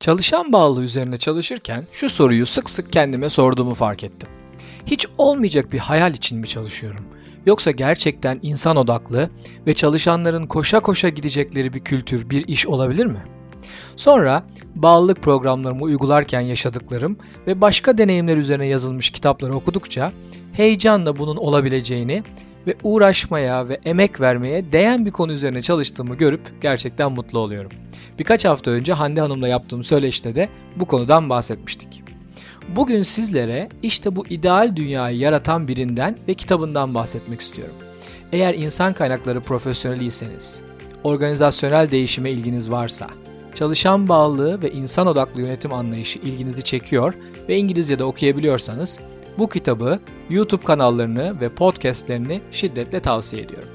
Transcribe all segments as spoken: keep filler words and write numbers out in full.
Çalışan bağlılığı üzerine çalışırken şu soruyu sık sık kendime sorduğumu fark ettim. Hiç olmayacak bir hayal için mi çalışıyorum? Yoksa gerçekten insan odaklı ve çalışanların koşa koşa gidecekleri bir kültür, bir iş olabilir mi? Sonra bağlılık programlarımı uygularken yaşadıklarım ve başka deneyimler üzerine yazılmış kitapları okudukça heyecanla bunun olabileceğini ve uğraşmaya ve emek vermeye değen bir konu üzerine çalıştığımı görüp gerçekten mutlu oluyorum. Birkaç hafta önce Hande Hanım'la yaptığım söyleşte de bu konudan bahsetmiştik. Bugün sizlere işte bu ideal dünyayı yaratan birinden ve kitabından bahsetmek istiyorum. Eğer insan kaynakları profesyoneliyseniz, organizasyonel değişime ilginiz varsa, çalışan bağlılığı ve insan odaklı yönetim anlayışı ilginizi çekiyor ve İngilizce'de okuyabiliyorsanız, bu kitabı, YouTube kanallarını ve podcastlerini şiddetle tavsiye ediyorum.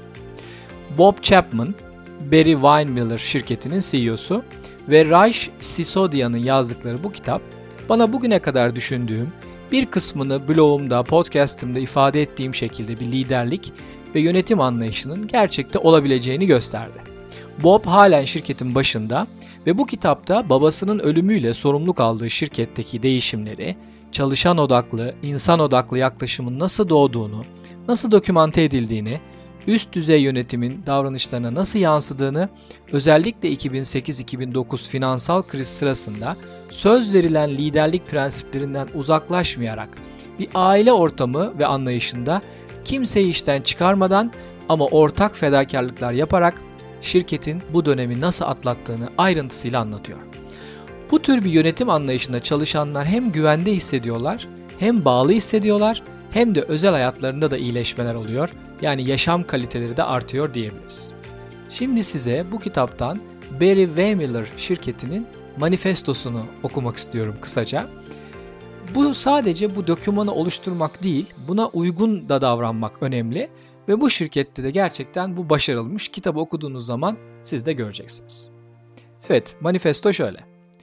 Bob Chapman, Barry Weinmiller şirketinin C E O'su ve Raj Sisodia'nın yazdıkları bu kitap, bana bugüne kadar düşündüğüm, bir kısmını blogumda, podcastımda ifade ettiğim şekilde bir liderlik ve yönetim anlayışının gerçekte olabileceğini gösterdi. Bob halen şirketin başında ve bu kitapta babasının ölümüyle sorumluluk aldığı şirketteki değişimleri, çalışan odaklı, insan odaklı yaklaşımın nasıl doğduğunu, nasıl dokümante edildiğini, üst düzey yönetimin davranışlarına nasıl yansıdığını, özellikle iki bin sekiz iki bin dokuz finansal kriz sırasında söz verilen liderlik prensiplerinden uzaklaşmayarak bir aile ortamı ve anlayışında kimseyi işten çıkarmadan ama ortak fedakarlıklar yaparak şirketin bu dönemi nasıl atlattığını ayrıntısıyla anlatıyor. Bu tür bir yönetim anlayışında çalışanlar hem güvende hissediyorlar, hem bağlı hissediyorlar, hem de özel hayatlarında da iyileşmeler oluyor. Yani yaşam kaliteleri de artıyor diyebiliriz. Şimdi size bu kitaptan Barry Weinmiller şirketinin manifestosunu okumak istiyorum kısaca. Bu sadece bu dokümanı oluşturmak değil, buna uygun da davranmak önemli ve bu şirkette de gerçekten bu başarılmış. Kitabı okuduğunuz zaman siz de göreceksiniz. Evet, manifesto şöyle.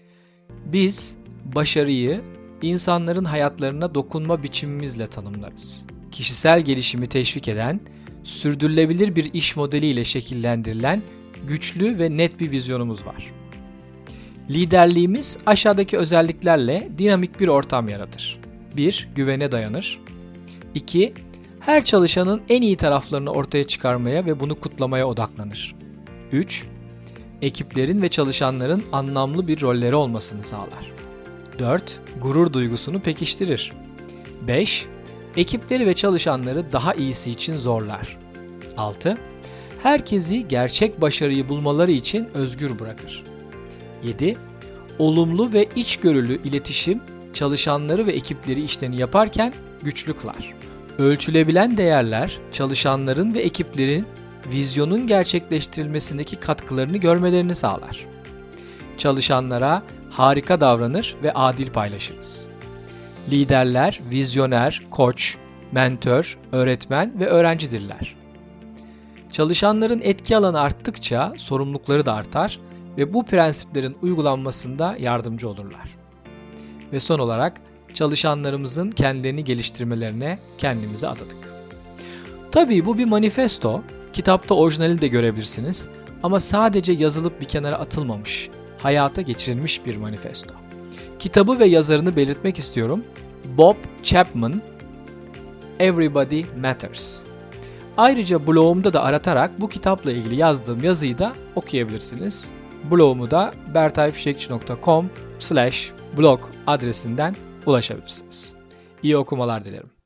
Biz başarıyı insanların hayatlarına dokunma biçimimizle tanımlarız. Kişisel gelişimi teşvik eden, sürdürülebilir bir iş modeliyle şekillendirilen güçlü ve net bir vizyonumuz var. Liderliğimiz aşağıdaki özelliklerle dinamik bir ortam yaratır. bir Güvene dayanır. iki Her çalışanın en iyi taraflarını ortaya çıkarmaya ve bunu kutlamaya odaklanır. üç Ekiplerin ve çalışanların anlamlı bir rolleri olmasını sağlar. dört Gurur duygusunu pekiştirir. beş Ekipleri ve çalışanları daha iyisi için zorlar. altı Herkesi gerçek başarıyı bulmaları için özgür bırakır. yedi Olumlu ve içgörülü iletişim çalışanları ve ekipleri işlerini yaparken güçlü kılar. Ölçülebilen değerler çalışanların ve ekiplerin vizyonun gerçekleştirilmesindeki katkılarını görmelerini sağlar. Çalışanlara harika davranır ve adil paylaşırız. Liderler, vizyoner, koç, mentör, öğretmen ve öğrencidirler. Çalışanların etki alanı arttıkça sorumlulukları da artar ve bu prensiplerin uygulanmasında yardımcı olurlar. Ve son olarak çalışanlarımızın kendilerini geliştirmelerine kendimizi adadık. Tabii bu bir manifesto, kitapta orijinalini de görebilirsiniz ama sadece yazılıp bir kenara atılmamış, hayata geçirilmiş bir manifesto. Kitabı ve yazarını belirtmek istiyorum. Bob Chapman, Everybody Matters. Ayrıca blogumda da aratarak bu kitapla ilgili yazdığım yazıyı da okuyabilirsiniz. Blogumu da bertayfişekçi nokta com slash blog adresinden ulaşabilirsiniz. İyi okumalar dilerim.